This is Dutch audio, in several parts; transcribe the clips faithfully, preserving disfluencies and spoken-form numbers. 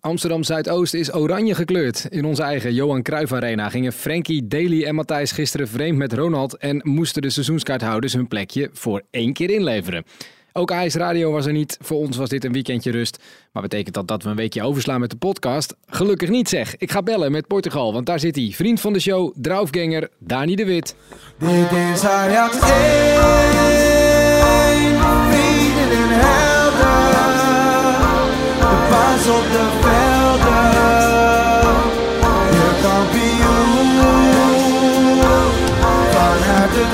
Amsterdam Zuidoost is oranje gekleurd. In onze eigen Johan Cruijff Arena gingen Frenkie, Daly en Matthijs gisteren vreemd met Ronald en moesten de seizoenskaarthouders hun plekje voor één keer inleveren. Ook Ajax Radio was er niet. Voor ons was dit een weekendje rust. Maar betekent dat dat we een weekje overslaan met de podcast? Gelukkig niet zeg. Ik ga bellen met Portugal, want daar zit hij. Vriend van de show, draufganger, Dani de Wit. Dit is Ajax één, vrienden en helden. De paas op de velden. Je kampioen vanuit het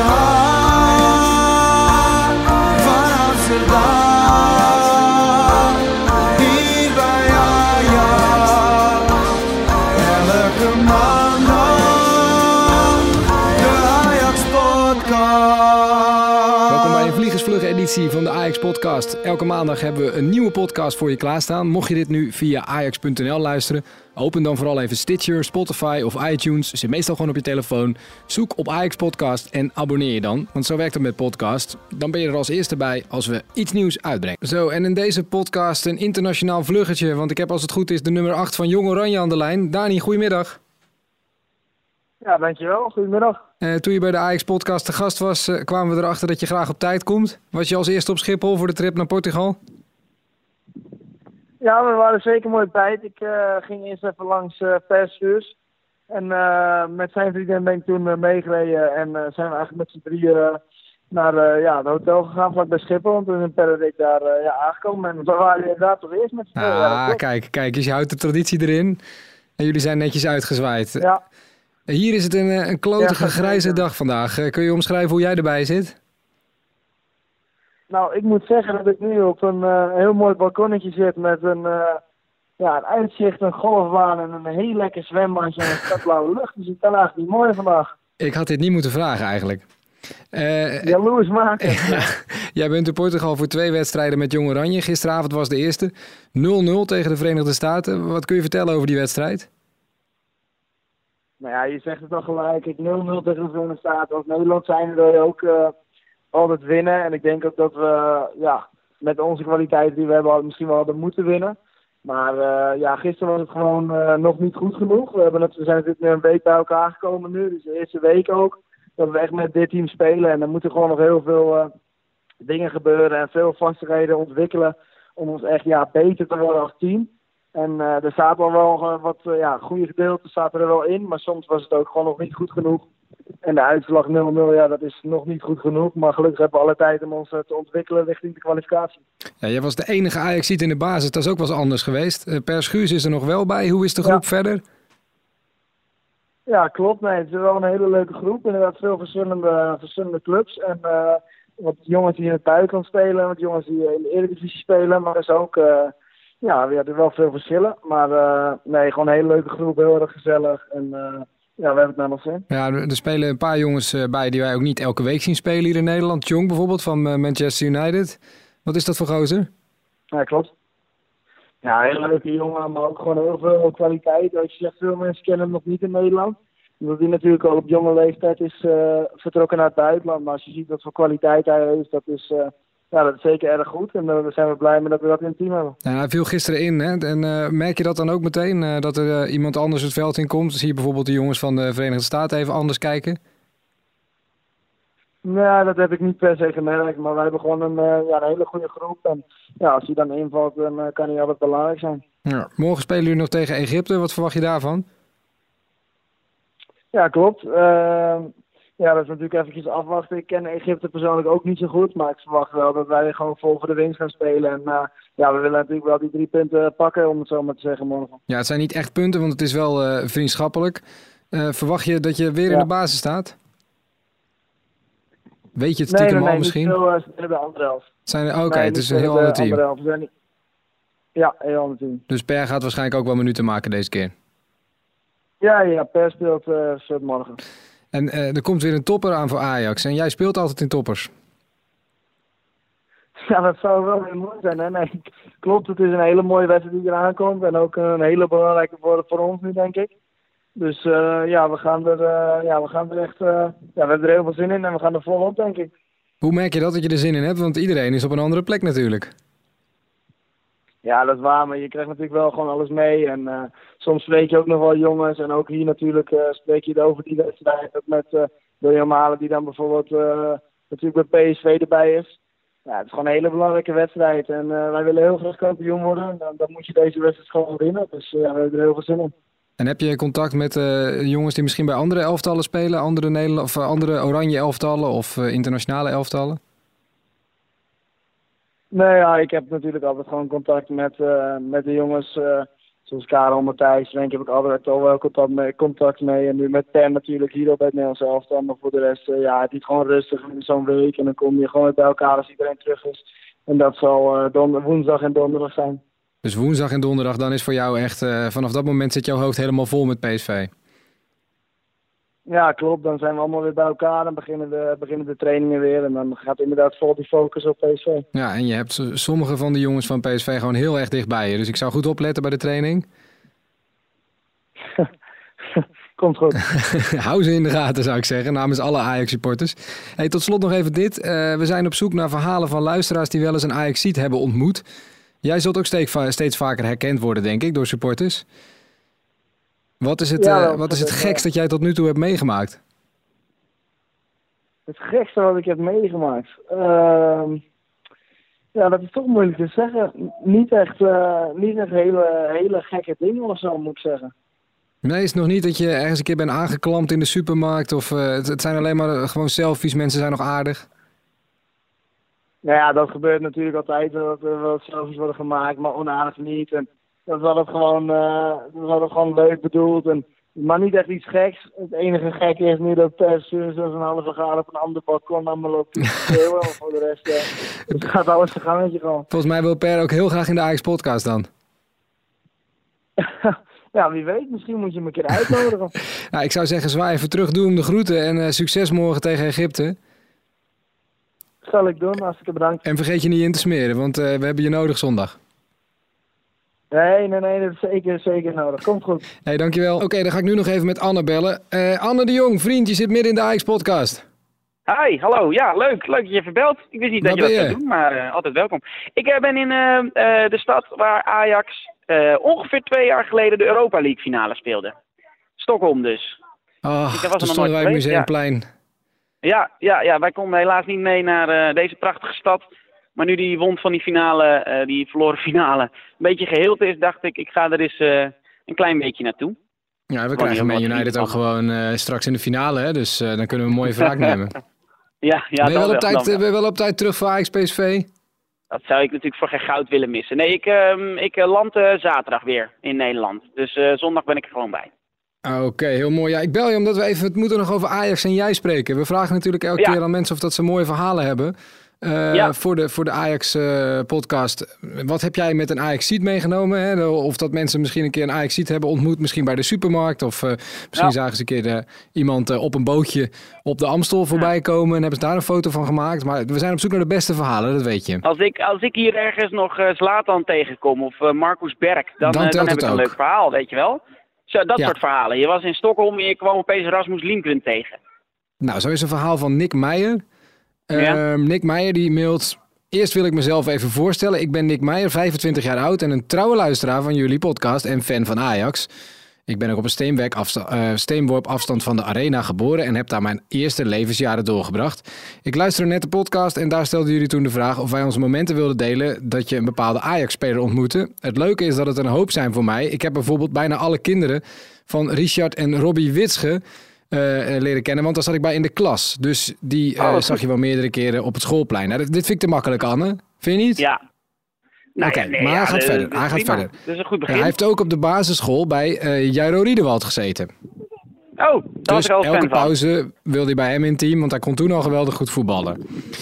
hart van Amsterdam. Hier bij Ajax, elke maandag, de Ajax podcast. Welkom bij een vliegensvlugge editie van de Ajax podcast. Elke maandag hebben we een nieuwe podcast voor je klaarstaan. Mocht je dit nu via ajax punt n l luisteren, open dan vooral even Stitcher, Spotify of iTunes. Zit meestal gewoon op je telefoon. Zoek op Ajax podcast en abonneer je dan. Want zo werkt het met podcast. Dan ben je er als eerste bij als we iets nieuws uitbrengen. Zo, en in deze podcast een internationaal vluggetje. Want ik heb als het goed is de nummer acht van Jong Oranje aan de lijn. Dani, goedemiddag. Ja, dankjewel. Goedemiddag. Uh, toen je bij de Ajax podcast te gast was, uh, kwamen we erachter dat je graag op tijd komt. Was je als eerste op Schiphol voor de trip naar Portugal? Ja, we waren zeker mooi op tijd. Ik uh, ging eerst even langs uh, Perseus. En uh, met zijn vriendin ben ik toen uh, meegereden. En uh, zijn we eigenlijk met z'n drieën uh, naar uh, ja, het hotel gegaan vlak bij Schiphol. En toen ben ik daar uh, ja, aangekomen. En we waren inderdaad toch eerst met z'n drieën. Ah, ja, kijk, kijk, dus je houdt de traditie erin. En jullie zijn netjes uitgezwaaid. Ja. Hier is het een, een klotige Ja, grijze ja. dag vandaag. Uh, kun je omschrijven hoe jij erbij zit? Nou, ik moet zeggen dat ik nu op een uh, heel mooi balkonnetje zit met een, uh, ja, een uitzicht, een golfbaan en een heel lekker zwembadje en een stadblauwe lucht. Dus ik kan eigenlijk niet mooi vandaag. Ik had dit niet moeten vragen eigenlijk. Uh, Jaloers maken. ja, jij bent in Portugal voor twee wedstrijden met Jong Oranje. Gisteravond was de eerste. nul nul tegen de Verenigde Staten. Wat kun je vertellen over die wedstrijd? Nou ja, je zegt het al gelijk. Ik nul nul tegen de Verenigde Staten. Als Nederland zijn wil je ook uh, altijd winnen. En ik denk ook dat we ja, met onze kwaliteit die we hebben misschien wel hadden moeten winnen. Maar uh, ja, gisteren was het gewoon uh, nog niet goed genoeg. We, hebben het, we zijn natuurlijk nu een week bij elkaar gekomen nu. Dus de eerste week ook. Dat we echt met dit team spelen. En er moeten gewoon nog heel veel uh, dingen gebeuren. En veel vastigheden ontwikkelen. Om ons echt ja, beter te worden als team. En uh, er zaten al wel uh, wat uh, ja, goede gedeelten zaten er wel in. Maar soms was het ook gewoon nog niet goed genoeg. En de uitslag nul nul, ja, dat is nog niet goed genoeg. Maar gelukkig hebben we alle tijd om ons uh, te ontwikkelen richting de kwalificatie. Ja, jij was de enige Ajaxiet in de basis. Dat is ook wel eens anders geweest. Uh, Per Schuurs is er nog wel bij. Hoe is de groep ja. verder? Ja, klopt. Nee, het is wel een hele leuke groep. Inderdaad veel verschillende, verschillende clubs. En uh, wat jongens die in het buitenland spelen. Wat jongens die in de Eredivisie spelen. Maar er is ook... Uh, Ja, we hebben wel veel verschillen. Maar uh, nee, gewoon een hele leuke groep. Heel erg gezellig. En uh, ja, we hebben het naar ons zin. Ja, er spelen een paar jongens uh, bij die wij ook niet elke week zien spelen hier in Nederland. Jong bijvoorbeeld van uh, Manchester United. Wat is dat voor gozer? Ja, klopt. Ja, een hele leuke jongen. Maar ook gewoon heel veel kwaliteit. Als je zegt, veel mensen kennen hem nog niet in Nederland. Omdat hij natuurlijk al op jonge leeftijd is uh, vertrokken naar het buitenland. Maar als je ziet wat voor kwaliteit hij heeft, dat is... Uh, Ja, dat is zeker erg goed en uh, daar zijn we blij mee dat we dat in het team hebben. Ja, hij viel gisteren in, hè? En uh, merk je dat dan ook meteen, uh, dat er uh, iemand anders het veld in komt? Zie je bijvoorbeeld de jongens van de Verenigde Staten even anders kijken? Nee, dat heb ik niet per se gemerkt, maar wij hebben gewoon een, uh, ja, een hele goede groep. En ja, als hij dan invalt, dan uh, kan hij altijd belangrijk zijn. Ja. Morgen spelen jullie nog tegen Egypte, wat verwacht je daarvan? Ja, klopt. Uh, Ja, dat is natuurlijk eventjes afwachten. Ik ken Egypte persoonlijk ook niet zo goed. Maar ik verwacht wel dat wij gewoon vol voor de winst gaan spelen. En uh, ja, we willen natuurlijk wel die drie punten pakken, om het zo maar te zeggen morgen. Ja, het zijn niet echt punten, want het is wel uh, vriendschappelijk. Uh, verwacht je dat je weer ja. in de basis staat? Weet je het stiekem nee, nee, al misschien? Nee, nee, niet veel uh, de andere helft. Oké, okay, nee, het is een heel ander team. Niet... Ja, een heel ander team. Dus Per gaat waarschijnlijk ook wel minuten maken deze keer? Ja, ja, Per speelt uh, morgen. En uh, er komt weer een topper aan voor Ajax. En jij speelt altijd in toppers. Ja, dat zou wel heel mooi zijn. Hè? Nee, klopt, het is een hele mooie wedstrijd die eraan komt. En ook een hele belangrijke voor, voor ons nu, denk ik. Dus uh, ja, we gaan er, uh, ja, we gaan er echt... Uh, ja, we hebben er heel veel zin in en we gaan er volop, denk ik. Hoe merk je dat, dat je er zin in hebt? Want iedereen is op een andere plek natuurlijk. Ja, dat is waar, maar je krijgt natuurlijk wel gewoon alles mee. En uh, soms spreek je ook nog wel jongens. En ook hier natuurlijk uh, spreek je het over die wedstrijd. Ook met uh, William Malen, die dan bijvoorbeeld uh, natuurlijk bij P S V erbij is. Ja, het is gewoon een hele belangrijke wedstrijd. En uh, wij willen heel graag kampioen worden. Dan, dan moet je deze wedstrijd gewoon winnen. Dus uh, we hebben er heel veel zin in. En heb je contact met uh, jongens die misschien bij andere elftallen spelen? Andere, Nederland- of, uh, andere oranje elftallen of uh, internationale elftallen? Nee, ja, ik heb natuurlijk altijd gewoon contact met, uh, met de jongens. Uh, zoals Karel, Matthijs, Frank heb ik altijd al wel contact mee, contact mee. En nu met Ten natuurlijk hier op bij het Nederlands elftal. Maar voor de rest, uh, ja, het is gewoon rustig in zo'n week. En dan kom je gewoon bij elkaar als iedereen terug is. En dat zal uh, donder, woensdag en donderdag zijn. Dus woensdag en donderdag, dan is voor jou echt... Uh, vanaf dat moment zit jouw hoofd helemaal vol met P S V. Ja, klopt. Dan zijn we allemaal weer bij elkaar. Dan beginnen de, beginnen de trainingen weer. En dan gaat inderdaad vol die focus op P S V. Ja, en je hebt sommige van de jongens van P S V gewoon heel erg dichtbij je. Dus ik zou goed opletten bij de training. Komt goed. Hou ze in de gaten, zou ik zeggen, namens alle Ajax-supporters. Hey, tot slot nog even dit. Uh, we zijn op zoek naar verhalen van luisteraars die wel eens een Ajaxiet hebben ontmoet. Jij zult ook steeds, steeds vaker herkend worden, denk ik, door supporters. Wat is het, ja, uh, wat is het gekst dat jij tot nu toe hebt meegemaakt? Het gekste wat ik heb meegemaakt? Uh, ja, dat is toch moeilijk te zeggen. Niet echt, uh, niet echt hele, hele gekke dingen of zo, moet ik zeggen. Nee, is het nog niet dat je ergens een keer bent aangeklampt in de supermarkt? Of uh, het, het zijn alleen maar gewoon selfies, mensen zijn nog aardig? Nou ja, dat gebeurt natuurlijk altijd, dat er wel selfies worden gemaakt, maar onaardig niet. En dat was het gewoon, uh, dat was het gewoon leuk bedoeld. En, maar niet echt iets geks. Het enige gekke is nu dat pers zo'n halve graad op een ander balkon allemaal loopt te schreeuwen. Maar voor de rest, uh, het gaat alles een gangetje gewoon. Volgens mij wil Per ook heel graag in de Ajax-podcast dan. Ja, wie weet. Misschien moet je hem een keer uitnodigen. Nou, ik zou zeggen, zwaai even terug, doe hem de groeten en uh, succes morgen tegen Egypte. Zal ik doen, hartstikke bedankt. En vergeet je niet in te smeren, want uh, we hebben je nodig zondag. Nee, nee, nee, dat is zeker, zeker nodig. Komt goed. Hey, dankjewel. Oké, okay, dan ga ik nu nog even met Anne bellen. Uh, Anne de Jong, vriend, je zit midden in de Ajax-podcast. Hi, hallo. Ja, leuk. Leuk dat je verbelt. Ik wist niet dat Waar je dat je? zou doen, maar uh, altijd welkom. Ik uh, ben in uh, uh, de stad waar Ajax uh, ongeveer twee jaar geleden de Europa League finale speelde. Stockholm dus. Ach, Ik was toen er nog stonden wij op nooit geweest, Museumplein. Ja, ja, ja, wij konden helaas niet mee naar uh, deze prachtige stad. Maar nu die wond van die finale, uh, die verloren finale, een beetje geheeld is, dacht ik, ik ga er eens uh, een klein beetje naartoe. Ja, we Gewoon krijgen heel Man wat United ook van. gewoon uh, straks in de finale, hè? Dus uh, dan kunnen we een mooie wraak nemen. Ja, ja, ben, je dan wel op dan tijd, wel. ben je wel op tijd terug voor Ajax P S V? Dat zou ik natuurlijk voor geen goud willen missen. Nee, ik, uh, ik uh, land uh, zaterdag weer in Nederland. Dus uh, zondag ben ik er gewoon bij. Oké, okay, heel mooi. Ja, ik bel je omdat we even het moeten nog over Ajax en jij spreken. We vragen natuurlijk elke ja. keer aan mensen of dat ze mooie verhalen hebben. Uh, ja. Voor de, voor de Ajax-podcast. Uh, Wat heb jij met een Ajax-seat meegenomen? Hè? Of dat mensen misschien een keer een Ajax-seat hebben ontmoet. Misschien bij de supermarkt. Of uh, misschien ja. zagen ze een keer de, iemand uh, op een bootje op de Amstel voorbij ja. komen. En hebben ze daar een foto van gemaakt. Maar we zijn op zoek naar de beste verhalen, dat weet je. Als ik, als ik hier ergens nog uh, Zlatan tegenkom of uh, Marcus Berg. Dan, dan, uh, dan heb ik ook. een leuk verhaal, weet je wel. Zo, dat ja. soort verhalen. Je was in Stockholm en je kwam opeens Rasmus Lindgren tegen. Nou, zo is een verhaal van Nick Meijer. Ja. Uh, Nick Meijer die mailt... Eerst wil ik mezelf even voorstellen. Ik ben Nick Meijer, vijfentwintig jaar oud en een trouwe luisteraar van jullie podcast en fan van Ajax. Ik ben ook op een steenwerp afstand, uh, steenworp afstand van de arena geboren en heb daar mijn eerste levensjaren doorgebracht. Ik luisterde net de podcast en daar stelden jullie toen de vraag of wij onze momenten wilden delen dat je een bepaalde Ajax-speler ontmoette. Het leuke is dat het een hoop zijn voor mij. Ik heb bijvoorbeeld bijna alle kinderen van Richard en Robbie Witsche Uh, leren kennen, want daar zat ik bij in de klas. Dus die uh, oh, zag je wel meerdere keren op het schoolplein. Nou, dit, dit vind ik te makkelijk, Anne. Vind je niet? Ja. Oké, okay, nee, maar ja, hij gaat de, verder. De, hij gaat verder. Dat is een goed begin. Ja, hij heeft ook op de basisschool bij uh, Jairo Riedewald gezeten. Oh, dat dus was er al elke fan pauze van. wilde hij bij hem in het team, want hij kon toen al geweldig goed voetballen.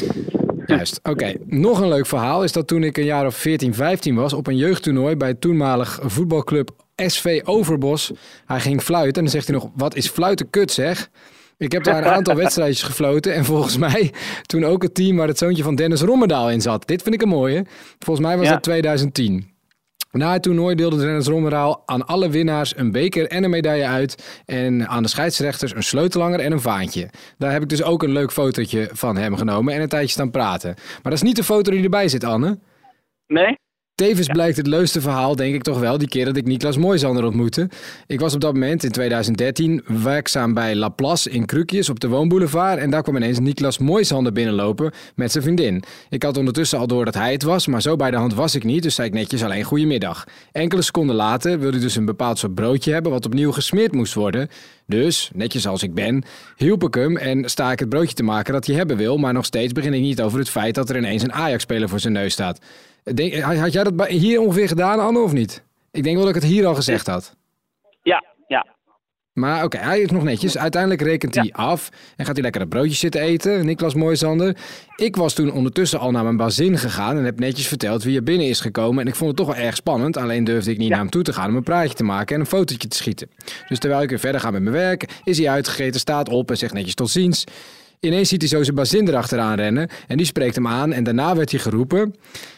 Juist, oké. Okay. Nog een leuk verhaal is dat toen ik een jaar of veertien, vijftien was op een jeugdtoernooi bij toenmalig voetbalclub S V Overbos. Hij ging fluiten en dan zegt hij nog, wat is fluiten kut zeg. Ik heb daar een aantal wedstrijdjes gefloten en volgens mij toen ook het team waar het zoontje van Dennis Rommedaal in zat. Dit vind ik een mooie. Volgens mij was ja. dat twintig tien. Na het toernooi deelde Dennis Rommedaal aan alle winnaars een beker en een medaille uit. En aan de scheidsrechters een sleutelhanger en een vaantje. Daar heb ik dus ook een leuk fotootje van hem genomen en een tijdje staan praten. Maar dat is niet de foto die erbij zit, Anne. Nee? Tevens blijkt het leukste verhaal, denk ik toch wel, die keer dat ik Niklas Moisander ontmoette. Ik was op dat moment in tweeduizend dertien werkzaam bij Laplace in Krukjes op de Woonboulevard. En daar kwam ineens Niklas Moisander binnenlopen met zijn vriendin. Ik had ondertussen al door dat hij het was, maar zo bij de hand was ik niet. Dus zei ik netjes alleen goedemiddag. Enkele seconden later wilde hij dus een bepaald soort broodje hebben wat opnieuw gesmeerd moest worden. Dus, netjes als ik ben, hielp ik hem en sta ik het broodje te maken dat hij hebben wil. Maar nog steeds begin ik niet over het feit dat er ineens een Ajax-speler voor zijn neus staat. Denk, had jij dat hier ongeveer gedaan, Anne, of niet? Ik denk wel dat ik het hier al gezegd had. Ja, ja. Maar oké, okay, hij is nog netjes. Uiteindelijk rekent hij ja. af en gaat hij lekker het broodje zitten eten, Niklas Moisander. Ik was toen ondertussen al naar mijn bazin gegaan en heb netjes verteld wie er binnen is gekomen. En ik vond het toch wel erg spannend, alleen durfde ik niet ja. naar hem toe te gaan om een praatje te maken en een fotootje te schieten. Dus terwijl ik weer verder ga met mijn werk, is hij uitgegeten, staat op en zegt netjes tot ziens. Ineens ziet hij zo zijn bazin erachteraan rennen en die spreekt hem aan en daarna werd hij geroepen.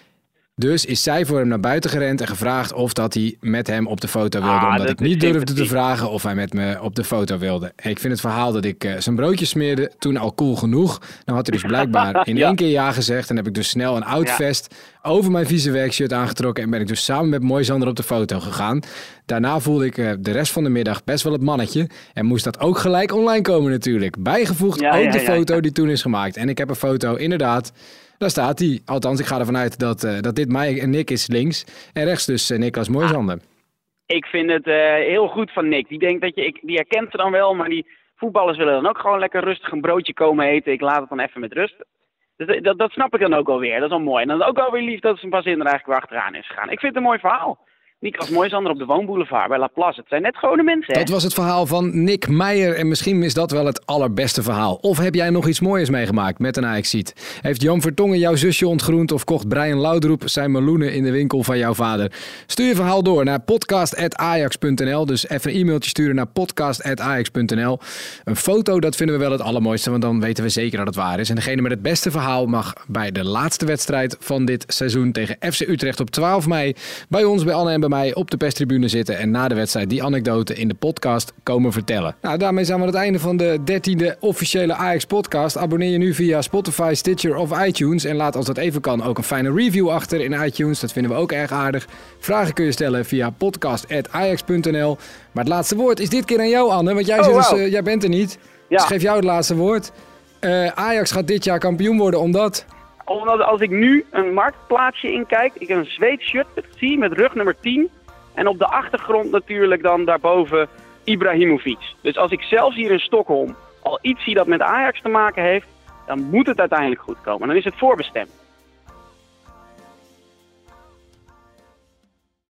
Dus is zij voor hem naar buiten gerend en gevraagd of dat hij met hem op de foto wilde. Ah, omdat ik niet durfde te vragen of hij met me op de foto wilde. En ik vind het verhaal dat ik uh, zijn broodje smeerde toen al cool genoeg. Nou had hij dus blijkbaar in ja. één keer ja gezegd. En heb ik dus snel een oud ja. vest over mijn vieze werkshirt aangetrokken. En ben ik dus samen met Moisander op de foto gegaan. Daarna voelde ik uh, de rest van de middag best wel het mannetje. En moest dat ook gelijk online komen natuurlijk. Bijgevoegd ja, ook ja, de ja, foto ja. die toen is gemaakt. En ik heb een foto inderdaad... Daar staat hij. Althans, ik ga ervan uit dat, uh, dat dit mij en Nick is links. En rechts dus uh, Niklas Moisander. Ah, ik vind het uh, heel goed van Nick. Die denkt dat je, ik, die herkent ze dan wel, maar die voetballers willen dan ook gewoon lekker rustig een broodje komen eten. Ik laat het dan even met rust. Dus dat, dat snap ik dan ook alweer. Dat is wel mooi. En dan ook wel weer lief dat zijn bazin er eigenlijk weer achteraan is gegaan. Ik vind het een mooi verhaal. Niklas Moisander op de Woonboulevard bij Laplace. Het zijn net gewone mensen. Hè? Dat was het verhaal van Nick Meijer. En misschien is dat wel het allerbeste verhaal. Of heb jij nog iets moois meegemaakt met een Ajaxiet? Heeft Jan Vertongen jouw zusje ontgroend? Of kocht Brian Laudroep zijn meloenen in de winkel van jouw vader? Stuur je verhaal door naar podcast at ajax punt n l. Dus even een e-mailtje sturen naar podcast at ajax punt n l. Een foto, dat vinden we wel het allermooiste. Want dan weten we zeker dat het waar is. En degene met het beste verhaal mag bij de laatste wedstrijd van dit seizoen tegen F C Utrecht op twaalf mei... bij ons, bij Anne en bij mij op de perstribune zitten en na de wedstrijd die anekdote in de podcast komen vertellen. Nou, daarmee zijn we aan het einde van de dertiende officiële Ajax-podcast. Abonneer je nu via Spotify, Stitcher of iTunes en laat als dat even kan ook een fijne review achter in iTunes. Dat vinden we ook erg aardig. Vragen kun je stellen via podcast at ajax punt n l. Maar het laatste woord is dit keer aan jou, Anne, want jij, oh, zit wow. dus, uh, jij bent er niet. Ja. Dus geef jou het laatste woord. Uh, Ajax gaat dit jaar kampioen worden omdat... Omdat als ik nu een marktplaatsje inkijk, ik een Zweeds shirt zie met rug nummer tien. En op de achtergrond natuurlijk dan daarboven Ibrahimovic. Dus als ik zelfs hier in Stockholm al iets zie dat met Ajax te maken heeft, dan moet het uiteindelijk goed komen. Dan is het voorbestemd.